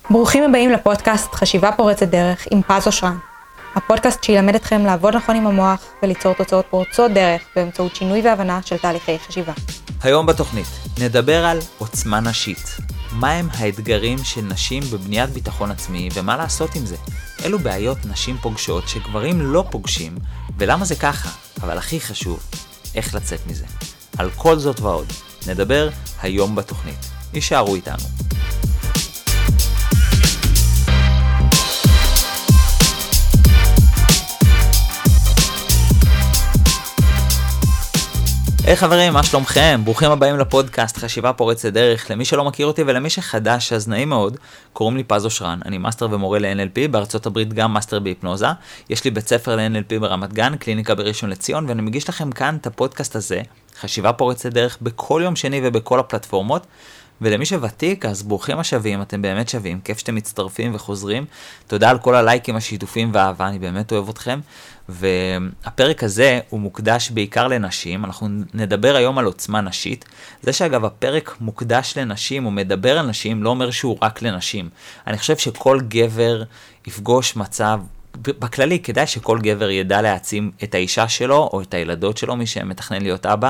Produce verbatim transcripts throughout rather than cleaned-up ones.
ברוכים הבאים לפודקאסט חשיבה פורצת דרך עם פז אושרן. הפודקאסט שילמד אתכם לעבוד נכון עם המוח וליצור תוצאות פורצות דרך באמצעות שינוי והבנה של תהליכי חשיבה. היום בתוכנית נדבר על עוצמה נשית. מהם האתגרים של נשים בבניית ביטחון עצמי ומה לעשות עם זה? אילו בעיות נשים פוגשות שגברים לא פוגשים ולמה זה ככה? אבל הכי חשוב, איך לצאת מזה. על כל זאת ועוד נדבר היום בתוכנית. יישארו איתנו. היי hey, חברים, מה שלומכם? ברוכים הבאים לפודקאסט חשיבה פורצת דרך. למי שלא מכיר אותי ולמי שחדש, אז נעים מאוד. קוראים לי פז אושרן, אני מאסטר ומורה ל-אן אל פי, בארצות הברית גם מאסטר בהיפנוזה. יש לי בית ספר ל-אן אל פי ברמת גן, קליניקה בראשון לציון, ואני מגיש לכם כאן את הפודקאסט הזה, חשיבה פורצת דרך, בכל יום שני ובכל הפלטפורמות. ולמי שוותיק, אז ברוכים השווים, אתם באמת שווים, כיף שאתם מצטרפים וחוזרים. תודה על כל הלייקים, השיתופים והאהבה, אני באמת אוהב אתכם. והפרק הזה הוא מוקדש בעיקר לנשים, אנחנו נדבר היום על עוצמה נשית. זה שאגב הפרק מוקדש לנשים, הוא מדבר על נשים, לא אומר שהוא רק לנשים. אני חושב שכל גבר יפגוש מצב, בכללי כדאי שכל גבר ידע להעצים את האישה שלו או את הילדות שלו, מי שמתכנן להיות אבא.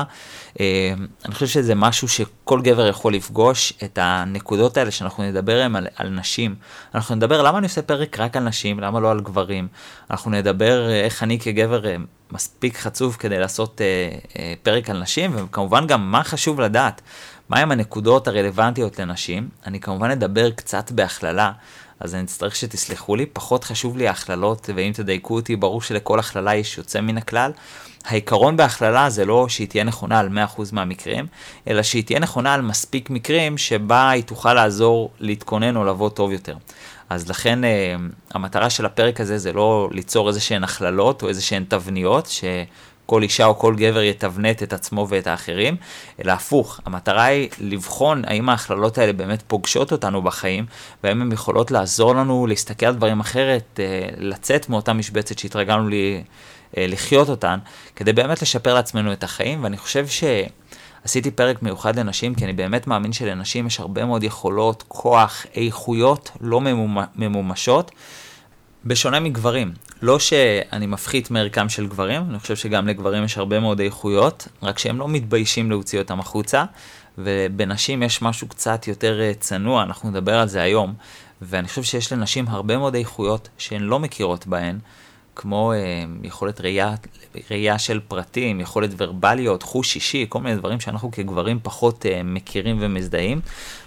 אני חושב שזה משהו שכל גבר יכול לפגוש, את הנקודות האלה שאנחנו נדבר על, על נשים. אנחנו נדבר למה אני עושה פרק רק על נשים, למה לא על גברים. אנחנו נדבר איך אני כגבר מספיק חצוף כדי לעשות פרק על נשים, וכמובן גם מה חשוב לדעת, מהם הנקודות הרלוונטיות לנשים. אני כמובן אדבר קצת בהכללה, אז אני אצטרך שתסלחו לי, פחות חשוב לי ההכללות, ואם תדייקו אותי, ברור שלכל הכללה יש יוצא מן הכלל. העיקרון בהכללה זה לא שהיא תהיה נכונה על מאה אחוז מהמקרים, אלא שהיא תהיה נכונה על מספיק מקרים, שבה היא תוכל לעזור להתכונן או לבוא טוב יותר. אז לכן המטרה של הפרק הזה זה לא ליצור איזה שהן הכללות או איזה שהן תבניות, ש... כל אישה או כל גבר יתבנת את עצמו ואת האחרים, אלא הפוך, המטרה היא לבחון האם ההכללות האלה באמת פוגשות אותנו בחיים, והאם הן יכולות לעזור לנו להסתכל על דברים אחרת, לצאת מאותה משבצת שהתרגלנו לי, לחיות אותן, כדי באמת לשפר לעצמנו את החיים. ואני חושב שעשיתי פרק מיוחד לנשים, כי אני באמת מאמין שלנשים יש הרבה מאוד יכולות, כוח, איכויות לא ממומשות, בשונה מגברים. לא שאני מפחית מערכם של גברים, אני חושב שגם לגברים יש הרבה מאוד איכויות, רק שהם לא מתביישים להוציא אותם החוצה, ובנשים יש משהו קצת יותר צנוע, אנחנו נדבר על זה היום, ואני חושב שיש לנשים הרבה מאוד איכויות שהן לא מכירות בהן, כמו אה, יכולת ראייה, ראייה של פרטים, יכולת ורבליות, חוש אישי, כל מיני דברים שאנחנו כגברים פחות אה, מכירים ומזדהים,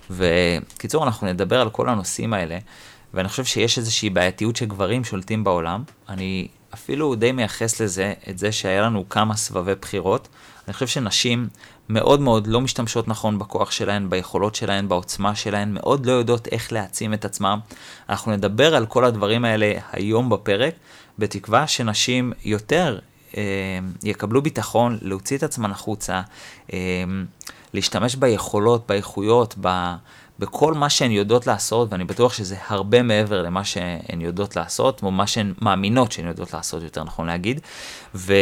וקיצור אנחנו נדבר על כל הנושאים האלה, ואני חושב שיש איזושהי בעייתיות שגברים שולטים בעולם. אני אפילו די מייחס לזה, את זה שהיה לנו כמה סבבי בחירות. אני חושב שנשים מאוד מאוד לא משתמשות נכון בכוח שלהן, ביכולות שלהן, בעוצמה שלהן, מאוד לא יודעות איך להעצים את עצמם. אנחנו נדבר על כל הדברים האלה היום בפרק, בתקווה שנשים יותר אה, יקבלו ביטחון, להוציא את עצמן החוצה, אה, להשתמש ביכולות, באיכויות, ב... בכל מה שהן יודעות לעשות, ואני בטוח שזה הרבה מעבר למה שהן יודעות לעשות, או מה שהן מאמינות שהן יודעות לעשות, יותר נכון להגיד. ו...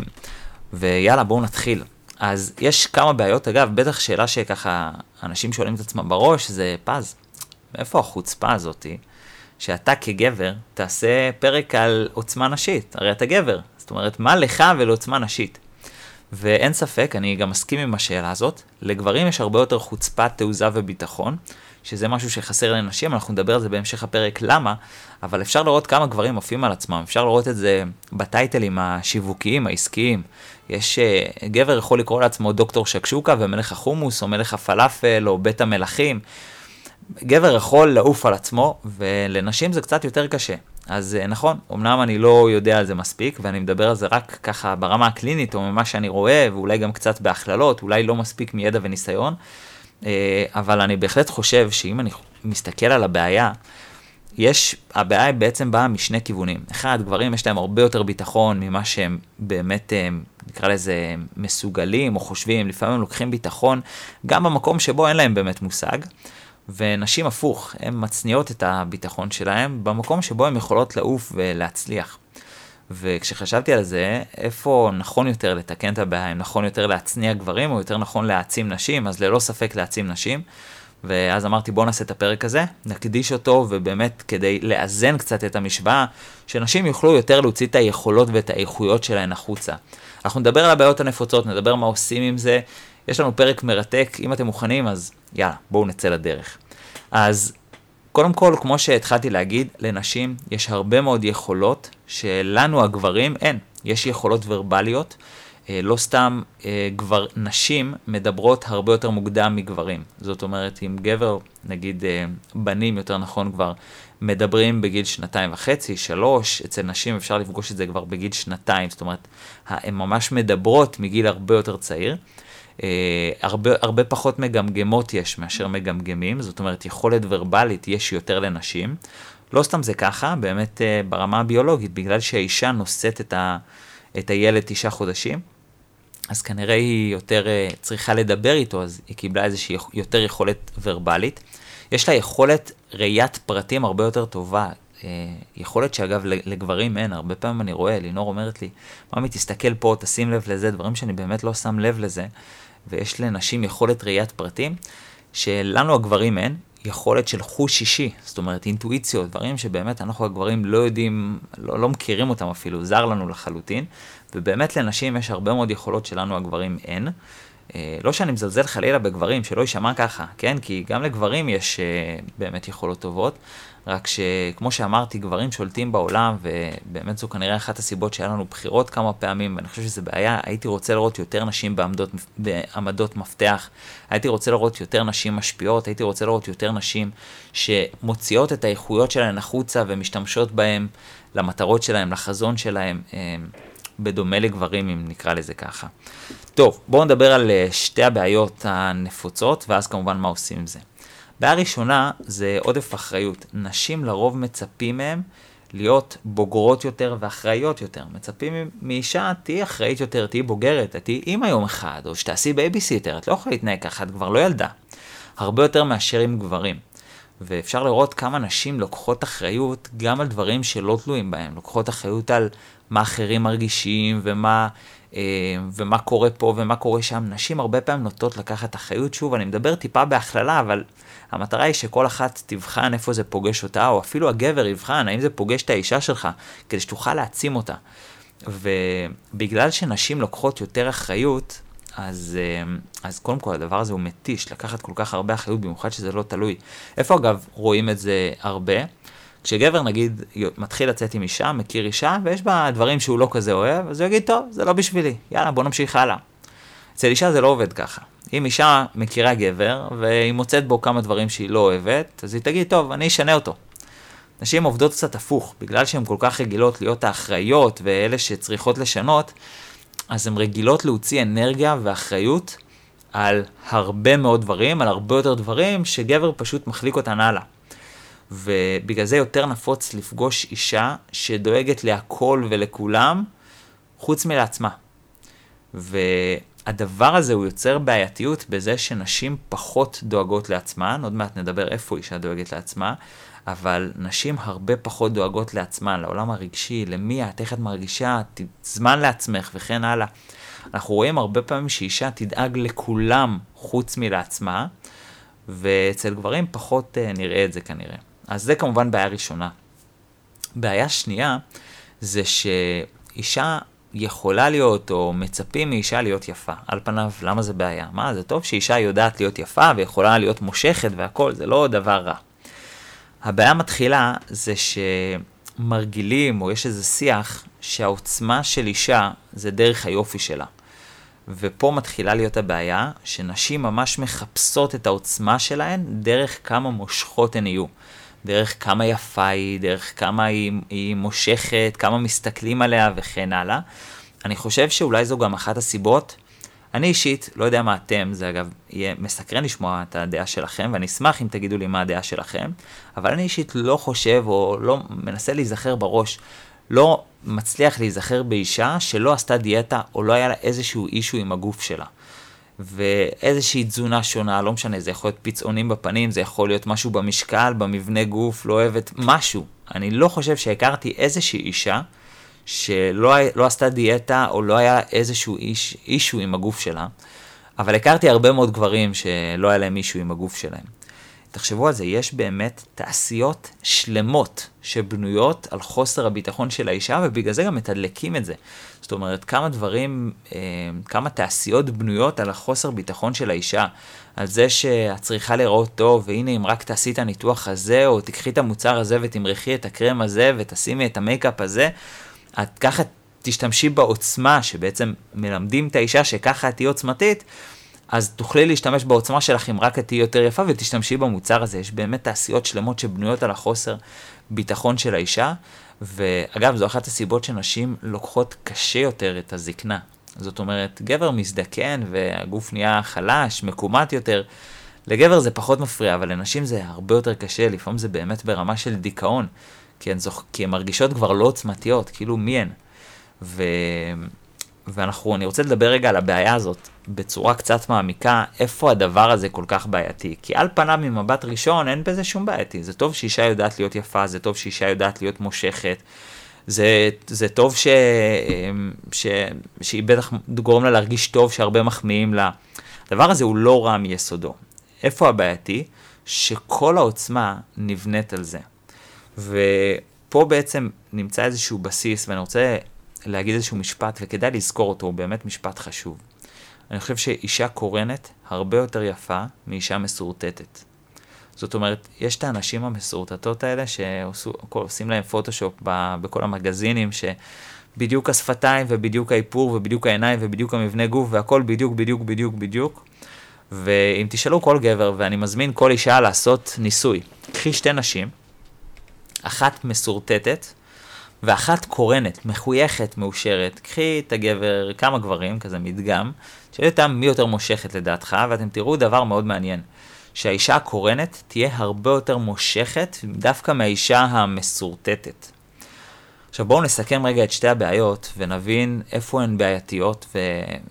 ויאללה, בואו נתחיל. אז יש כמה בעיות, אגב, בטח שאלה שככה אנשים שואלים את עצמם בראש, זה פז, מאיפה החוצפה הזאת, שאתה כגבר תעשה פרק על עוצמה נשית? הרי אתה גבר, זאת אומרת, מה לך ולעוצמה נשית? ואין ספק, אני גם מסכים עם השאלה הזאת, לגברים יש הרבה יותר חוצפה, תעוזה וביטחון, שזה משהו שחסר לנשים, אנחנו נדבר על זה בהמשך הפרק למה, אבל אפשר לראות כמה גברים עפים על עצמם, אפשר לראות את זה בטייטלים השיווקיים, העסקיים. יש, גבר יכול לקרוא לעצמו דוקטור שקשוקה ומלך החומוס, או מלך הפלאפל, או בית המלכים. גבר יכול לעוף על עצמו, ולנשים זה קצת יותר קשה. אז נכון, אמנם אני לא יודע על זה מספיק, ואני מדבר על זה רק ככה ברמה הקלינית, או ממה שאני רואה, ואולי גם קצת בהכללות, אולי לא מספיק מידע וניסיון, אבל אני בהחלט חושב שאם אני מסתכל על הבעיה, יש, הבעיה בעצם באה משני כיוונים. אחד, גברים יש להם הרבה יותר ביטחון ממה שהם באמת, נקרא לזה, מסוגלים או חושבים, לפעמים הם לוקחים ביטחון, גם במקום שבו אין להם באמת מושג, ונשים הפוך, הן מצניעות את הביטחון שלהם במקום שבו הן יכולות לעוף ולהצליח. וכשחשבתי על זה, איפה נכון יותר לתקן את הבעיה, אם נכון יותר להצניע גברים או יותר נכון להעצים נשים, אז ללא ספק להעצים נשים. ואז אמרתי בוא נעשה את הפרק הזה, נקדיש אותו, ובאמת כדי לאזן קצת את המשוואה, שנשים יוכלו יותר להוציא את היכולות ואת האיכויות שלהן החוצה. אנחנו נדבר על הבעיות הנפוצות, נדבר מה עושים עם זה, יש לנו פרק מרתק, אם אתם מוכנים אז יאללה, בואו נצא לדרך. אז קודם כל, כמו שהתחלתי להגיד, לנשים יש הרבה מאוד יכולות שלנו הגברים אין. יש יכולות ורבליות, לא סתם גבר, נשים מדברות הרבה יותר מוקדם מגברים. זאת אומרת, אם גבר, נגיד בנים יותר נכון כבר, מדברים בגיל שנתיים וחצי, שלוש, אצל נשים אפשר לפגוש את זה כבר בגיל שנתיים, זאת אומרת, הן ממש מדברות מגיל הרבה יותר צעיר. הרבה, הרבה פחות מגמגמות יש מאשר מגמגמים, זאת אומרת, יכולת ורבלית יש יותר לנשים. לא סתם זה ככה, באמת ברמה הביולוגית, בגלל שהאישה נושאת את, ה, את הילד תשעה חודשים, אז כנראה היא יותר צריכה לדבר איתו, אז היא קיבלה איזושהי יותר יכולת ורבלית. יש לה יכולת ראיית פרטים הרבה יותר טובה, יכולת שאגב לגברים אין, הרבה פעמים אני רואה, לינור אומרת לי, ממי תסתכל פה, תשים לב לזה, דברים שאני באמת לא שם לב לזה, ויש לנשים יכולת ראיית פרטים, שלנו הגברים אין, יכולת של חוש אישי, זאת אומרת אינטואיציות, דברים שבאמת אנחנו הגברים לא יודעים, לא, לא מכירים אותם אפילו, זר לנו לחלוטין, ובאמת לנשים יש הרבה מאוד יכולות שלנו הגברים אין, לא שאני מזלזל חלילה בגברים, שלא יישמע ככה, כן? כי גם לגברים יש באמת יכולות טובות, רק שכמו שאמרתי, גברים שולטים בעולם, ובאמת זו כנראה אחת הסיבות שהיה לנו בחירות כמה פעמים, ואני חושב שזה בעיה, הייתי רוצה לראות יותר נשים בעמדות, בעמדות מפתח, הייתי רוצה לראות יותר נשים משפיעות, הייתי רוצה לראות יותר נשים שמוציאות את האיכויות שלהן החוצה, ומשתמשות בהן למטרות שלהן, לחזון שלהן, בדומה לגברים, אם נקרא לזה ככה. טוב, בואו נדבר על שתי הבעיות הנפוצות, ואז כמובן מה עושים עם זה. בעיה ראשונה זה עודף אחריות. נשים לרוב מצפים מהם להיות בוגרות יותר ואחראיות יותר. מצפים מאישה, תהי אחראית יותר, תהי בוגרת, תהי אימא יום אחד, או שתעשי בייביסיטר, את לא יכולה להתנהג ככה, את כבר לא ילדה. הרבה יותר מאשר עם גברים. ואפשר לראות כמה נשים לוקחות אחריות גם על דברים שלא תלויים בהם. לוקחות אחריות על מה אחרים מרגישים ומה, ומה קורה פה ומה קורה שם. נשים הרבה פעמים נוטות לקחת אחריות. שוב, אני מדבר טיפה בהכללה, אבל המטרה היא שכל אחת תבחן איפה זה פוגש אותה, או אפילו הגבר יבחן האם זה פוגש את האישה שלך, כדי שתוכל להעצים אותה. ובגלל שנשים לוקחות יותר אחריות, אז, אז קודם כל הדבר הזה הוא מתיש, לקחת כל כך הרבה אחריות, במיוחד שזה לא תלוי. איפה אגב רואים את זה הרבה? כשגבר נגיד מתחיל לצאת עם אישה, מכיר אישה, ויש בה דברים שהוא לא כזה אוהב, אז הוא יגיד, טוב, זה לא בשבילי, יאללה, בוא נמשיך הלאה. אצל אישה זה לא עובד ככה. אם אישה מכירה גבר, והיא מוצאת בו כמה דברים שהיא לא אוהבת, אז היא תגיד, טוב, אני אשנה אותו. נשים עובדות קצת הפוך, בגלל שהן כל כך רגילות להיות האחראיות, ואלה שצריכות לשנות, אז הן רגילות להוציא אנרגיה ואחריות על הרבה מאוד דברים, על הרבה יותר דברים שגבר פשוט מחליק אותן הלאה. ובגלל זה יותר נפוץ לפגוש אישה שדואגת להכל ולכולם, חוץ מלעצמה. והדבר הזה הוא יוצר בעייתיות בזה שנשים פחות דואגות לעצמן, עוד מעט נדבר איפה אישה דואגת לעצמה, אבל נשים הרבה פחות דואגות לעצמן, לעולם הרגשי, למי את, איך את מרגישה, זמן לעצמך וכן הלאה. אנחנו רואים הרבה פעמים שאישה תדאג לכולם חוץ מלעצמה, ואצל גברים פחות נראה את זה כנראה. אז זה כמובן בעיה ראשונה. בעיה שנייה זה שאישה יכולה להיות או מצפים מאישה להיות יפה. על פניו, למה זה בעיה? מה, זה טוב שאישה יודעת להיות יפה ויכולה להיות מושכת והכל, זה לא דבר רע. הבעיה מתחילה זה שמרגילים או יש איזה שיח שהעוצמה של אישה זה דרך היופי שלה. ופה מתחילה להיות הבעיה שנשים ממש מחפשות את העוצמה שלהן דרך כמה מושכות הן יהיו. דרך כמה יפה היא, דרך כמה היא, היא מושכת, כמה מסתכלים עליה וכן הלאה. אני חושב שאולי זו גם אחת הסיבות. אני אישית, לא יודע מה אתם, זה אגב יהיה מסקרן לשמוע את הדעה שלכם, ואני אשמח אם תגידו לי מה הדעה שלכם, אבל אני אישית לא חושב או לא מנסה להיזכר בראש, לא מצליח להיזכר באישה שלא עשתה דיאטה או לא היה לה איזשהו אישו עם הגוף שלה. ואיזושהי תזונה שונה, לא משנה, זה יכול להיות פיצעונים בפנים, זה יכול להיות משהו במשקל, במבנה גוף, לא אוהבת, משהו. אני לא חושב שהכרתי איזושהי אישה שלא לא עשתה דיאטה או לא היה איזשהו איש, אישו עם הגוף שלה, אבל הכרתי הרבה מאוד גברים שלא היה להם אישו עם הגוף שלהם. תחשבו על זה, יש באמת תעשיות שלמות שבנויות על חוסר הביטחון של האישה, ובגלל זה גם מתדלקים את זה. זאת אומרת, כמה דברים, כמה תעשיות בנויות על החוסר ביטחון של האישה, על זה שאת צריכה לראות טוב, והנה אם רק תעשי את הניתוח הזה, או תקחי את המוצר הזה ותמרחי את הקרם הזה, ותשימי את המייקאפ הזה, את ככה תשתמשי בעוצמה, שבעצם מלמדים את האישה שככה תהי עוצמתית, אז תוכלי להשתמש בעוצמה שלך אם רק תהי יותר יפה, ותשתמשי במוצר הזה. יש באמת תעשיות שלמות שבנויות על החוסר ביטחון של האישה, ואגב, זו אחת הסיבות שנשים לוקחות קשה יותר את הזקנה. זאת אומרת, גבר מזדקן והגוף נהיה חלש, מקומט יותר, לגבר זה פחות מפריע, אבל לנשים זה הרבה יותר קשה, לפעמים זה באמת ברמה של דיכאון, כי הן, זוכ... כי הן מרגישות כבר לא עוצמתיות, כאילו מי הן. ו... ואנחנו, אני רוצה לדבר רגע על הבעיה הזאת, בצורה קצת מעמיקה, איפה הדבר הזה כל כך בעייתי. כי על פניו ממבט ראשון אין בזה שום בעייתי. זה טוב שאישה יודעת להיות יפה, זה טוב שאישה יודעת להיות מושכת, זה, זה טוב ש, ש, שהיא בטח גורם לה להרגיש טוב, שהרבה מחמיאים לה. הדבר הזה הוא לא רע מיסודו. איפה הבעייתי? שכל העוצמה נבנית על זה. ופה בעצם נמצא איזשהו בסיס, ואני רוצה להגיד איזשהו משפט, וכדאי לזכור אותו, הוא באמת משפט חשוב. אני חושב שאישה קורנת הרבה יותר יפה מאישה מסורטטת. זאת אומרת, יש את האנשים המסורטטות האלה שעושים להם פוטושופ בכל המגזינים, שבדיוק השפתיים ובדיוק האיפור ובדיוק העיניים ובדיוק המבנה גוף והכל בדיוק בדיוק בדיוק בדיוק. ואם תשאלו כל גבר, ואני מזמין כל אישה לעשות ניסוי, קחי שתי נשים, אחת מסורטטת ואחת קורנת, מחויכת, מאושרת. קחי את הגבר, כמה גברים, כזה מדגם, שאלה אותם מי יותר מושכת לדעתך, ואתם תראו דבר מאוד מעניין. שהאישה הקורנת תהיה הרבה יותר מושכת, דווקא מהאישה המסורטטת. עכשיו בואו נסכם רגע את שתי הבעיות, ונבין איפה הן בעייתיות, ו...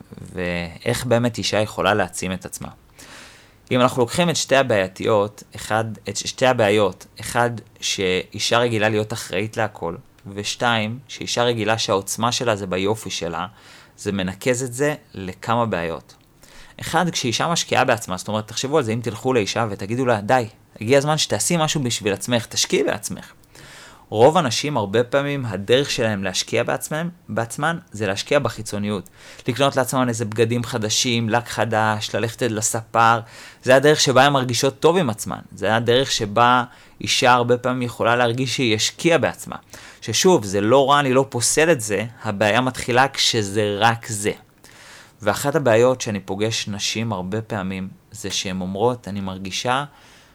ואיך באמת אישה יכולה להעצים את עצמה. אם אנחנו לוקחים את שתי הבעייתיות, אחד, את שתי הבעיות, אחד שאישה רגילה להיות אחראית להכל, ושתיים, שאישה רגילה שהעוצמה שלה זה ביופי שלה, זה מנקז את זה לכמה בעיות. אחד, כשאישה משקיעה בעצמה, זאת אומרת, תחשבו על זה, אם תלכו לאישה ותגידו לה, די, הגיע הזמן שתעשי משהו בשביל עצמך, תשקיעי בעצמך. רוב אנשים, הרבה פעמים, הדרך שלהם להשקיע בעצמם, בעצמן, זה להשקיע בחיצוניות. לקנות לעצמם איזה בגדים חדשים, לק חדש, ללכת לספר, זה הדרך שבה הן מרגישות טוב עם עצמן. זה הדרך שבה אישה הרבה פעמים יכולה להרגיש שהיא השקיעה בעצמה. ששוב, זה לא רע, אני לא פוסל את זה, הבעיה מתחילה כשזה רק זה. ואחת הבעיות שאני פוגש נשים הרבה פעמים, זה שהן אומרות, אני מרגישה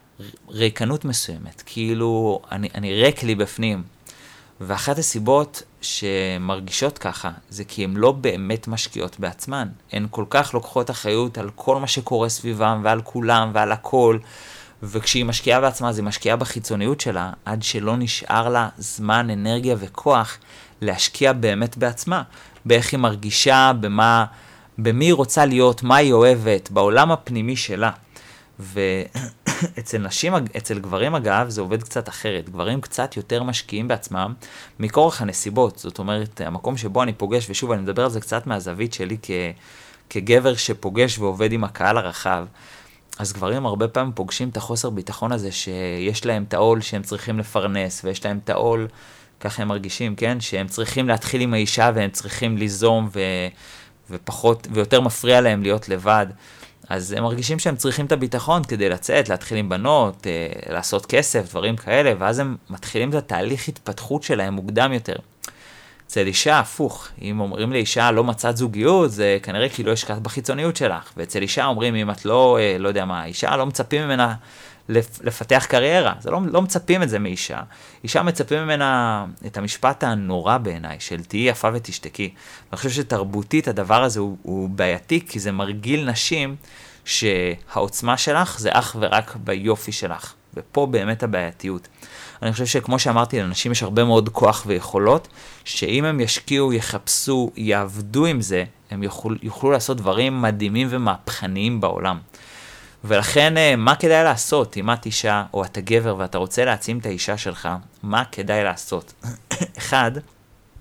ריקנות מסוימת, כאילו אני, אני ריק לי בפנים. ואחת הסיבות שמרגישות ככה, זה כי הן לא באמת משקיעות בעצמן. הן כל כך לוקחות אחריות על כל מה שקורה סביבם, ועל כולם, ועל הכל. וכשהיא משקיעה בעצמה, אז היא משקיעה בחיצוניות שלה, עד שלא נשאר לה זמן, אנרגיה וכוח להשקיע באמת בעצמה. באיך היא מרגישה, במה, במי היא רוצה להיות, מה היא אוהבת, בעולם הפנימי שלה. ואצל נשים, אצל גברים אגב, זה עובד קצת אחרת. גברים קצת יותר משקיעים בעצמם מכורח הנסיבות. זאת אומרת, המקום שבו אני פוגש, ושוב, אני מדבר על זה קצת מהזווית שלי כ, כגבר שפוגש ועובד עם הקהל הרחב, אז גברים הרבה פעמים פוגשים את החוסר ביטחון הזה, שיש להם את העול שהם צריכים לפרנס, ויש להם את העול, ככה הם מרגישים, כן? שהם צריכים להתחיל עם האישה, והם צריכים ליזום, ו, ופחות, ויותר מפריע להם להיות לבד. אז הם מרגישים שהם צריכים את הביטחון כדי לצאת, להתחיל עם בנות, לעשות כסף, דברים כאלה, ואז הם מתחילים את התהליך התפתחות שלהם מוקדם יותר. אצל אישה הפוך, אם אומרים לאישה לא מצאת זוגיות, זה כנראה כי לא השקעת בחיצוניות שלך, ואצל אישה אומרים אם את לא, לא יודע מה, אישה לא מצפים ממנה לפתח קריירה, זה לא, לא מצפים את זה מאישה. אישה מצפים ממנה את המשפט הנורא בעיניי, של תהי יפה ותשתקי. ואני חושב שתרבותית הדבר הזה הוא, הוא בעייתי, כי זה מרגיל נשים שהעוצמה שלך זה אך ורק ביופי שלך. ופה באמת הבעייתיות. אני חושב שכמו שאמרתי, לאנשים יש הרבה מאוד כוח ויכולות, שאם הם ישקיעו, יחפשו, יעבדו עם זה, הם יוכלו, יוכלו לעשות דברים מדהימים ומהפכניים בעולם. ולכן, מה כדאי לעשות? אם את אישה או אתה גבר ואתה רוצה להעצים את האישה שלך, מה כדאי לעשות? אחד,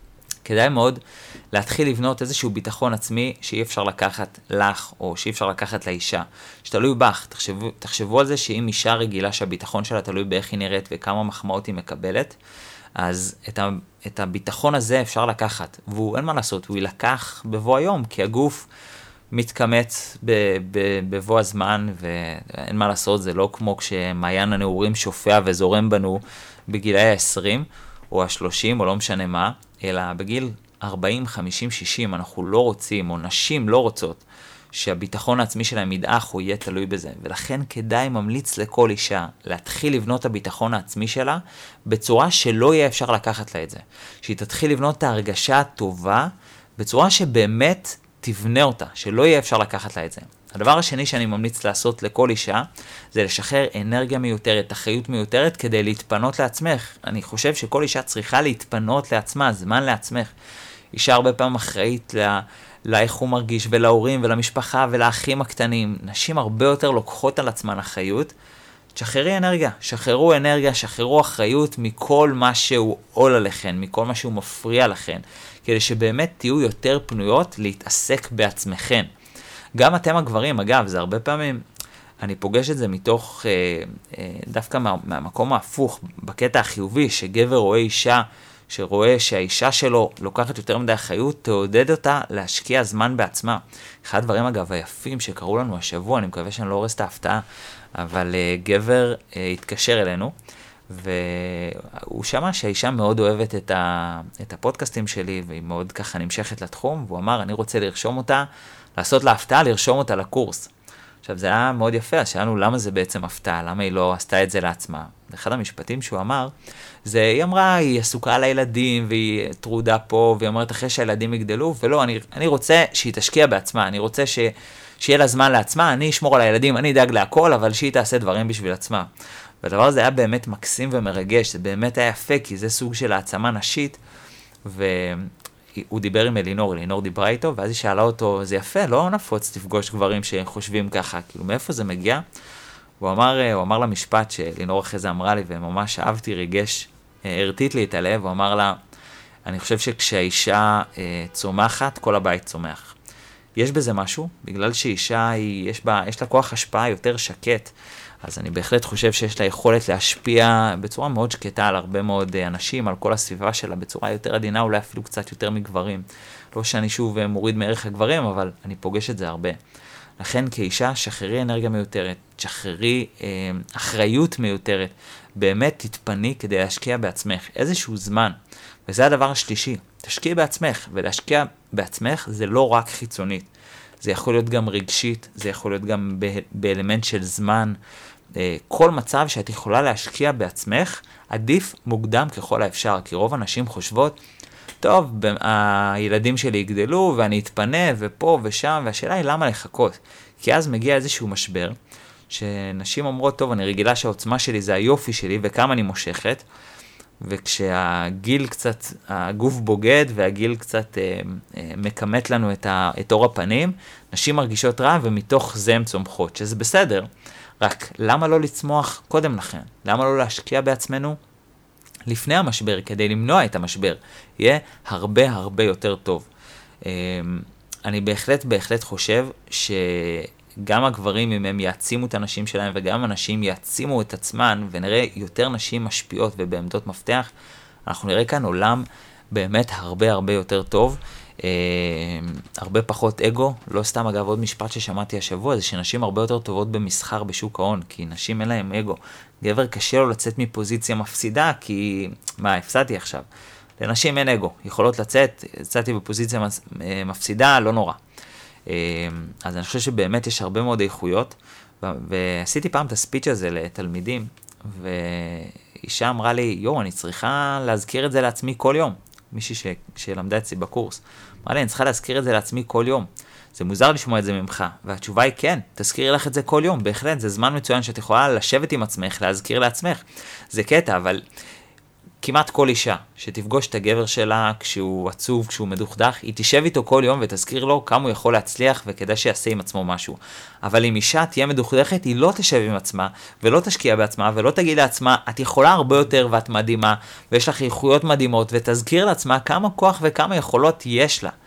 כדאי מאוד להתחיל לבנות איזשהו ביטחון עצמי שאי אפשר לקחת לך, או שאי אפשר לקחת לאישה, שתלוי בך. תחשבו, תחשבו על זה שאם אישה רגילה שהביטחון שלה תלוי באיך היא נראית וכמה מחמאות היא מקבלת, אז את, ה, את הביטחון הזה אפשר לקחת, והוא אין מה לעשות, הוא ילקח בבוא היום, כי הגוף מתקמץ בבוא הזמן, ואין מה לעשות, זה לא כמו כשמעיין הנעורים שופע וזורם בנו בגילאי ה-עשרים, או ה-שלושים, או לא משנה מה, אלא בגיל ארבעים, חמישים, שישים, אנחנו לא רוצים, או נשים לא רוצות, שהביטחון העצמי שלהם ידעך או יהיה תלוי בזה. ולכן כדאי ממליץ לכל אישה להתחיל לבנות את הביטחון העצמי שלה בצורה שלא יהיה אפשר לקחת לה את זה. שהיא תתחיל לבנות את ההרגשה הטובה בצורה שבאמת תבנה אותה, שלא יהיה אפשר לקחת לה את זה. הדבר השני שאני ממליץ לעשות לכל אישה זה לשחרר אנרגיה מיותרת, אחריות מיותרת כדי להתפנות לעצמך. אני חושב שכל אישה צריכה להתפנות לעצמה, זמן לעצמך. אישה הרבה פעמים אחראית לה... לאיך הוא מרגיש, ולהורים, ולמשפחה, ולאחים הקטנים. נשים הרבה יותר לוקחות על עצמן אחריות. שחררי אנרגיה, שחררו אנרגיה, שחררו אחריות מכל מה שהוא עול עליכן, מכל מה שהוא מפריע לכן, כדי שבאמת תהיו יותר פנויות להתעסק בעצמכן. גם אתם הגברים, אגב, זה הרבה פעמים, אני פוגש את זה מתוך, אה, אה, דווקא מה, מהמקום ההפוך, בקטע החיובי, שגבר רואה אישה, שרואה שהאישה שלו לוקחת יותר מדי אחריות, תעודד אותה להשקיע זמן בעצמה. אחד הדברים אגב היפים שקראו לנו השבוע, אני מקווה שאני לא הורס את ההפתעה, אבל uh, גבר uh, התקשר אלינו, והוא שמע שהאישה מאוד אוהבת את, ה, את הפודקאסטים שלי, והיא מאוד ככה נמשכת לתחום, והוא אמר, אני רוצה לרשום אותה, לעשות לה הפתעה, לרשום אותה לקורס. עכשיו זה היה מאוד יפה, אז שאלנו למה זה בעצם הפתעה, למה היא לא עשתה את זה לעצמה. אחד המשפטים שהוא אמר, זה היא אמרה, היא עסוקה על הילדים, והיא טרודה פה, והיא אומרת אחרי שהילדים יגדלו, ולא, אני, אני רוצה שהיא תשקיע בעצמה, אני רוצה ש, שיהיה לה זמן לעצמה, אני אשמור על הילדים, אני אדאג להכל, אבל שהיא תעשה דברים בשביל עצמה. והדבר הזה היה באמת מקסים ומרגש, זה באמת היה יפה, כי זה סוג של העצמה נשית, והוא דיבר עם אלינור, אלינור דיברה איתו, ואז היא שאלה אותו, זה יפה, לא נפוץ תפגוש גברים שחושבים ככה, כאילו מאיפה זה מגיע? הוא אמר, הוא אמר לה משפט שלינור אחרי זה אמרה לי, וממש אהבתי, ריגש, הרטיט לי את הלב, הוא אמר לה, אני חושב שכשהאישה צומחת, כל הבית צומח. יש בזה משהו, בגלל שאישה היא, יש בה, יש לה כוח השפעה יותר שקט, אז אני בהחלט חושב שיש לה יכולת להשפיע בצורה מאוד שקטה על הרבה מאוד אנשים, על כל הסביבה שלה, בצורה יותר עדינה, אולי אפילו קצת יותר מגברים. לא שאני שוב מוריד מערך הגברים, אבל אני פוגש את זה הרבה. לכן כאישה, שחררי אנרגיה מיותרת, שחררי אה, אחריות מיותרת, באמת תתפני כדי להשקיע בעצמך איזשהו זמן. וזה הדבר השלישי, תשקיע בעצמך, ולהשקיע בעצמך זה לא רק חיצונית. זה יכול להיות גם רגשית, זה יכול להיות גם ב- באלמנט של זמן. אה, כל מצב שאת יכולה להשקיע בעצמך, עדיף מוקדם ככל האפשר, כי רוב אנשים חושבות, טוב, הילדים שלי יגדלו ואני אתפנה ופה ושם, והשאלה היא למה לחכות? כי אז מגיע איזשהו משבר, שנשים אומרות, טוב, אני רגילה שהעוצמה שלי זה היופי שלי וכמה אני מושכת, וכשהגיל קצת, הגוף בוגד והגיל קצת אה, אה, מקמת לנו את, ה, את אור הפנים, נשים מרגישות רע ומתוך זה הן צומחות, שזה בסדר. רק למה לא לצמוח קודם לכן? למה לא להשקיע בעצמנו לפני המשבר, כדי למנוע את המשבר? יהיה הרבה הרבה יותר טוב. אני בהחלט בהחלט חושב שגם הגברים, אם הם יעצימו את הנשים שלהם, וגם הנשים יעצימו את עצמן, ונראה יותר נשים משפיעות ובעמדות מפתח, אנחנו נראה כאן עולם באמת הרבה הרבה יותר טוב, הרבה פחות אגו. לא סתם אגב עוד משפט ששמעתי השבוע, זה שנשים הרבה יותר טובות במסחר בשוק ההון, כי נשים אין להם אגו. גבר קשה לו לצאת מפוזיציה מפסידה, כי מה, הפסדתי עכשיו? לנשים אין אגו, יכולות לצאת, יצאתי בפוזיציה מפסידה, לא נורא. אז אני חושב שבאמת יש הרבה מאוד איכויות, ועשיתי פעם את הספיץ' הזה לתלמידים, ואישה אמרה לי, יו, אני צריכה להזכיר את זה לעצמי כל יום. מישהי ש... שלמדה אצלי בקורס. אמרה לי, אני צריכה להזכיר את זה לעצמי כל יום. זה מוזר לשמוע את זה ממך. והתשובה היא כן, תזכירי לך את זה כל יום. בהחלט, זה זמן מצוין שאת יכולה לשבת עם עצמך, להזכיר לעצמך. זה קטע, אבל כמעט כל אישה שתפגוש את הגבר שלה כשהוא עצוב, כשהוא מדוכדך, היא תשב איתו כל יום ותזכיר לו כמה הוא יכול להצליח וכדאי שיעשה עם עצמו משהו. אבל אם אישה תהיה מדוכדכת, היא לא תשב עם עצמה ולא תשקיע בעצמה ולא תגיד לעצמה, את יכולה הרבה יותר ואת מדהימה ויש לך איכויות מדהימות, ותזכיר לעצמה כמה כוח וכמה יכולות יש לה.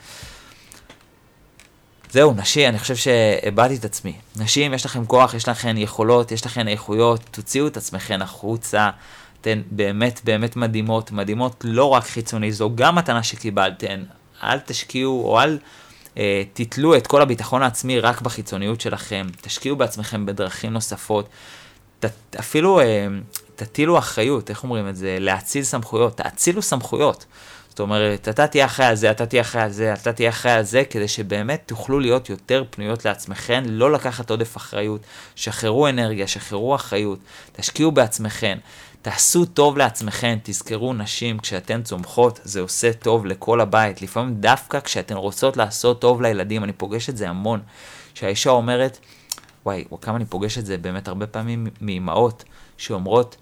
זהו, נשים, אני חושב שהבאתי את עצמי. נשים, יש לכם כוח, יש לכם יכולות, יש לכם איכויות, תוציאו את עצמכם החוצה. אתן באמת באמת מדהימות, מדהימות לא רק חיצוני, זו גם מתנה שקיבלתן. אל תשקיעו או אל אה, תתלו את כל הביטחון העצמי רק בחיצוניות שלכם. תשקיעו בעצמכם בדרכים נוספות. ת, אפילו אה, תטילו אחריות, איך אומרים את זה? להציל סמכויות, תאצילו סמכויות. זאת אומרת, אתה תהיה אחראי על זה, אתה תהיה אחראי על זה, אתה תהיה אחראי על זה, כדי שבאמת תוכלו להיות יותר פנויות לעצמכם, לא לקחת עודף אחריות, שחררו אנרגיה, שחררו אחריות, תשקיעו בעצמכם, תעשו טוב לעצמכם, תזכרו נשים, כשאתן צומחות, זה עושה טוב לכל הבית, לפעמים דווקא כשאתן רוצות לעשות טוב לילדים, אני פוגש את זה המון, שהאישה אומרת, וואי, כמה אני פוגש את זה באמת הרבה פעמים מאמהות, שאומרות,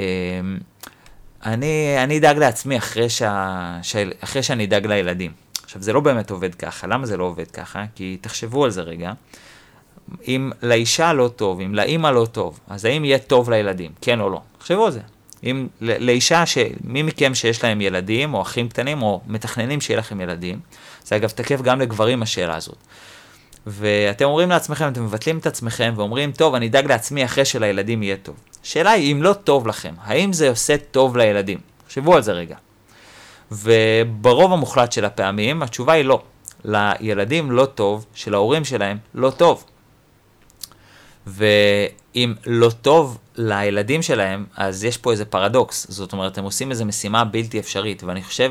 אני, אני אדאג לעצמי אחרי, שה, ש, אחרי שאני אדאג לילדים. עכשיו, זה לא באמת עובד ככה. למה זה לא עובד ככה? כי תחשבו על זה רגע. אם לאישה לא טוב, אם לאמא לא טוב, אז האם יהיה טוב לילדים? כן או לא? תחשבו על זה. אם לאישה, ש, מי מכם שיש להם ילדים, או אחים קטנים, או מתכננים שיהיה לכם ילדים, זה אגב תקף גם לגברים השאלה הזאת. ואתם אומרים לעצמכם, אתם מבטלים את עצמכם, ואומרים, טוב, אני אדאג לעצמי אחרי שלילדים יהיה טוב. השאלה היא, אם לא טוב לכם, האם זה עושה טוב לילדים? חשבו על זה רגע. וברוב המוחלט של הפעמים, התשובה היא לא. לילדים לא טוב, שלהורים שלהם לא טוב. ואם לא טוב לילדים שלהם, אז יש פה איזה פרדוקס. זאת אומרת, הם עושים איזו משימה בלתי אפשרית, ואני חושב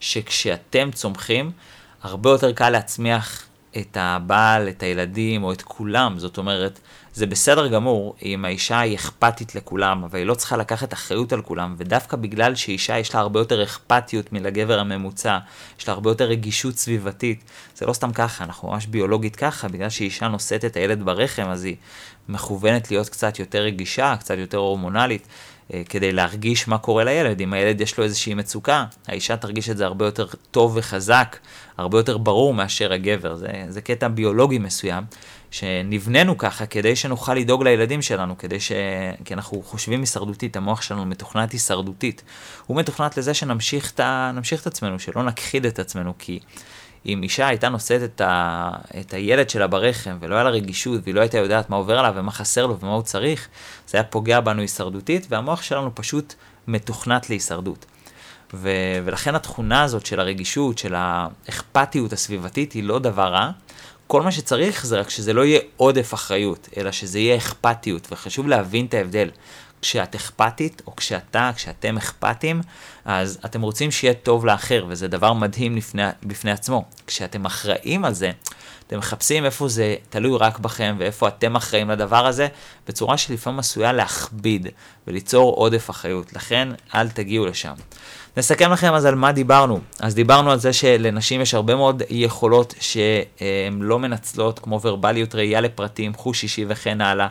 שכשאתם צומחים, הרבה יותר קל להצמיח את הבעל, את הילדים או את כולם. זאת אומרת, זה בסדר גמור אם האישה היא אכפתית לכולם, אבל היא לא צריכה לקחת אחריות על כולם, ודווקא בגלל שאישה יש לה הרבה יותר אכפתיות מלגבר הממוצע, יש לה הרבה יותר רגישות סביבתית, זה לא סתם ככה, אנחנו ממש ביולוגית ככה, בגלל שאישה נושאת את הילד ברחם, אז היא מכוונת להיות קצת יותר רגישה, קצת יותר הורמונלית, כדי להרגיש מה קורה לילד. אם הילד יש לו איזושהי מצוקה, האישה תרגיש את זה הרבה יותר טוב וחזק, הרבה יותר ברור מאשר הגבר. זה, זה קטע ביולוגי מסוים, שנבננו ככה כדי שנוכל לדאוג לילדים שלנו, כדי ש... כי אנחנו חושבים הישרדותית, המוח שלנו מתוכנת הישרדותית. הוא מתוכנת לזה שנמשיך את, ה... נמשיך את עצמנו, שלא נכחיד את עצמנו, כי אם אישה הייתה נושאת את, ה... את הילד שלה ברחם, ולא היה לה רגישות, והיא לא הייתה יודעת מה עובר עליו ומה חסר לו ומה הוא צריך, זה היה פוגע בנו הישרדותית, והמוח שלנו פשוט מתוכנת להישרדות. ו... ולכן התכונה הזאת של הרגישות, של האכפתיות הסביבתית, היא לא דבר רע. כל מה שצריך זה רק שזה לא יהיה עודף אחריות, אלא שזה יהיה אכפתיות, וחשוב להבין את ההבדל. כשאת אכפתית, או כשאתה, כשאתם אכפתים, אז אתם רוצים שיהיה טוב לאחר, וזה דבר מדהים לפני, בפני עצמו. כשאתם אחראים על זה, אתם מחפשים איפה זה תלוי רק בכם, ואיפה אתם אחראים לדבר הזה, בצורה שלפעמים עשויה להכביד, וליצור עודף אחריות. לכן, אל תגיעו לשם. נסכם לכם אז על מה דיברנו. אז דיברנו על זה שלנשים יש הרבה מאוד יכולות שהן לא מנצלות, כמו ורבליות, ראייה לפרטים, חוש אישי וכן הלאה.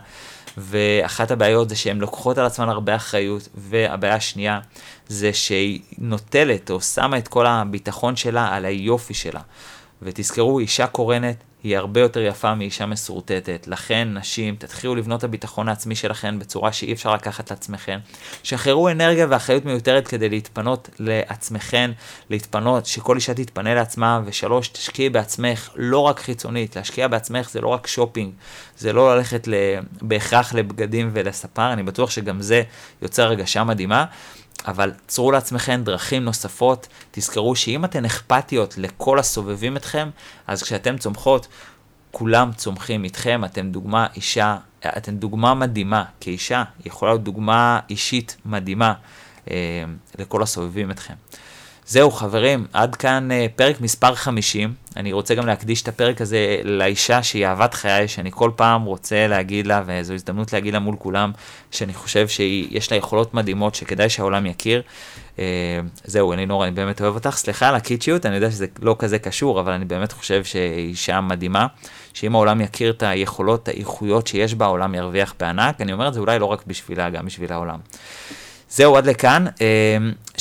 ואחת הבעיות זה שהן לוקחות על עצמן הרבה אחריות, והבעיה השנייה זה שהיא נוטלת או שמה את כל הביטחון שלה על היופי שלה. ותזכרו, אישה קורנת היא הרבה יותר יפה מאישה מסורטטת. לכן, נשים, תתחילו לבנות את הביטחון העצמי שלכם בצורה שאי אפשר לקחת לעצמכם. שחררו אנרגיה ואחריות מיותרת כדי להתפנות לעצמכם, להתפנות, שכל אישה תתפנה לעצמה, ושלוש, תשקיעי בעצמך, לא רק חיצונית. להשקיע בעצמך זה לא רק שופינג, זה לא ללכת בהכרח לבגדים ולספר, אני בטוח שגם זה יוצר רגשה מדהימה. אבל צרו לעצמכם דרכים נוספות, תזכרו שאם אתן אכפתיות לכל הסובבים אתכם, אז כשאתם צומחות, כולם צומחים איתכם, אתם דוגמה אישה, אתן דוגמה מדהימה, כאישה יכולה להיות דוגמה אישית מדהימה אה, לכל הסובבים אתכם. זהו חברים, עד כאן אה, פרק מספר חמישים, אני רוצה גם להקדיש את הפרק הזה לאישה שהיא אהבת חיי, שאני כל פעם רוצה להגיד לה, וזו הזדמנות להגיד לה מול כולם, שאני חושב שיש לה יכולות מדהימות שכדאי שהעולם יכיר. אה, זהו, אני נורא, אני באמת אוהב אותך, סליחה על הקיצ'יות, אני יודע שזה לא כזה קשור, אבל אני באמת חושב שהיא אישה מדהימה, שאם העולם יכיר את היכולות, האיכויות שיש בה, העולם ירוויח בענק. אני אומר את זה אולי לא רק בשבילה, גם בשביל העולם. זהו, עד לכאן.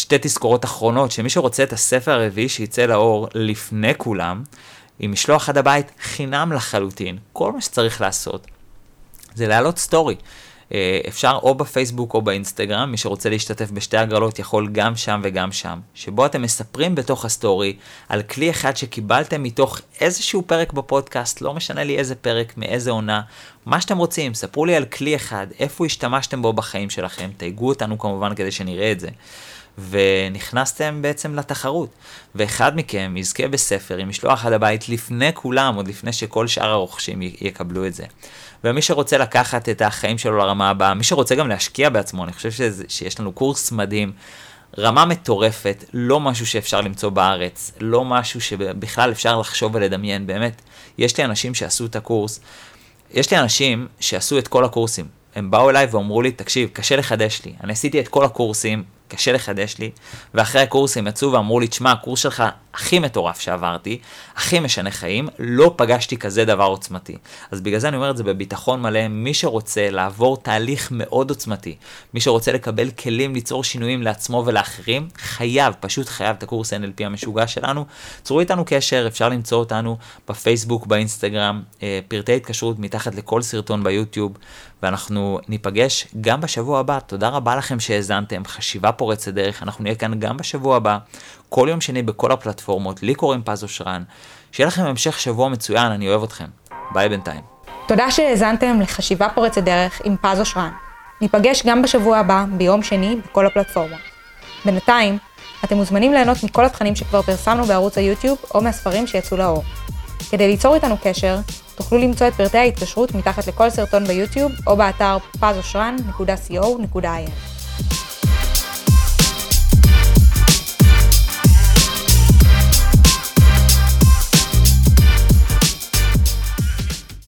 שתי תזכורות אחרונות, שמי שרוצה את הספר הרביעי שיצא לאור לפני כולם, עם משלוח עד הבית חינם לחלוטין, כל מה שצריך לעשות, זה להעלות סטורי. אפשר או בפייסבוק או באינסטגרם, מי שרוצה להשתתף בשתי הגרלות יכול גם שם וגם שם, שבו אתם מספרים בתוך הסטורי על כלי אחד שקיבלתם מתוך איזשהו פרק בפודקאסט, לא משנה לי איזה פרק, מאיזה עונה, מה שאתם רוצים, ספרו לי על כלי אחד, איפה השתמשתם בו בחיים שלכם, תייגו אותנו כמובן כדי שנראה את זה. ונכנסתם בעצם לתחרות, ואחד מכם יזכה בספר עם משלוח עד הבית לפני כולם, עוד לפני שכל שאר הרוכשים יקבלו את זה. ומי שרוצה לקחת את החיים שלו לרמה הבאה, מי שרוצה גם להשקיע בעצמו, אני חושב שזה, שיש לנו קורס מדהים, רמה מטורפת, לא משהו שאפשר למצוא בארץ, לא משהו שבכלל אפשר לחשוב ולדמיין, באמת. יש לי אנשים שעשו את הקורס, יש לי אנשים שעשו את כל הקורסים, הם באו אליי ואומרו לי, תקשיב, קשה לחדש לי, אני עשיתי את כל הקורסים, קשה לחדש לי, ואחרי הקורסים יצאו ואמרו לי, תשמע, הקורס שלך הכי מטורף שעברתי, הכי משנה חיים, לא פגשתי כזה דבר עוצמתי. אז בגלל זה אני אומר את זה בביטחון מלא, מי שרוצה לעבור תהליך מאוד עוצמתי, מי שרוצה לקבל כלים ליצור שינויים לעצמו ולאחרים, חייב, פשוט חייב את הקורס אן אל פי המשוגע שלנו. צרו איתנו קשר, אפשר למצוא אותנו בפייסבוק, באינסטגרם, פרטי התקשרות מתחת לכל סרטון ביוטיוב, ואנחנו ניפגש גם בשבוע הבא. תודה רבה לכם שהאזנתם, חשיבה פורצת דרך, אנחנו נהיה כאן גם בשבוע הבא, כל יום שני בכל הפלטפורמות, לי קוראים פז אושרן, שיהיה לכם המשך שבוע מצוין, אני אוהב אתכם, ביי בינתיים. תודה שהאזנתם לחשיבה פורצת דרך עם פז אושרן, ניפגש גם בשבוע הבא ביום שני בכל הפלטפורמות. בינתיים, אתם מוזמנים ליהנות מכל התכנים שכבר פרסמנו בערוץ היוטיוב או מהספרים שיצאו לאור. כדי ליצור איתנו קשר, תוכלו למצוא את פרטי ההתקשרות מתחת לכל סרטון ביוטיוב או באתר פז אושרן נקודה סי או נקודה איי אן.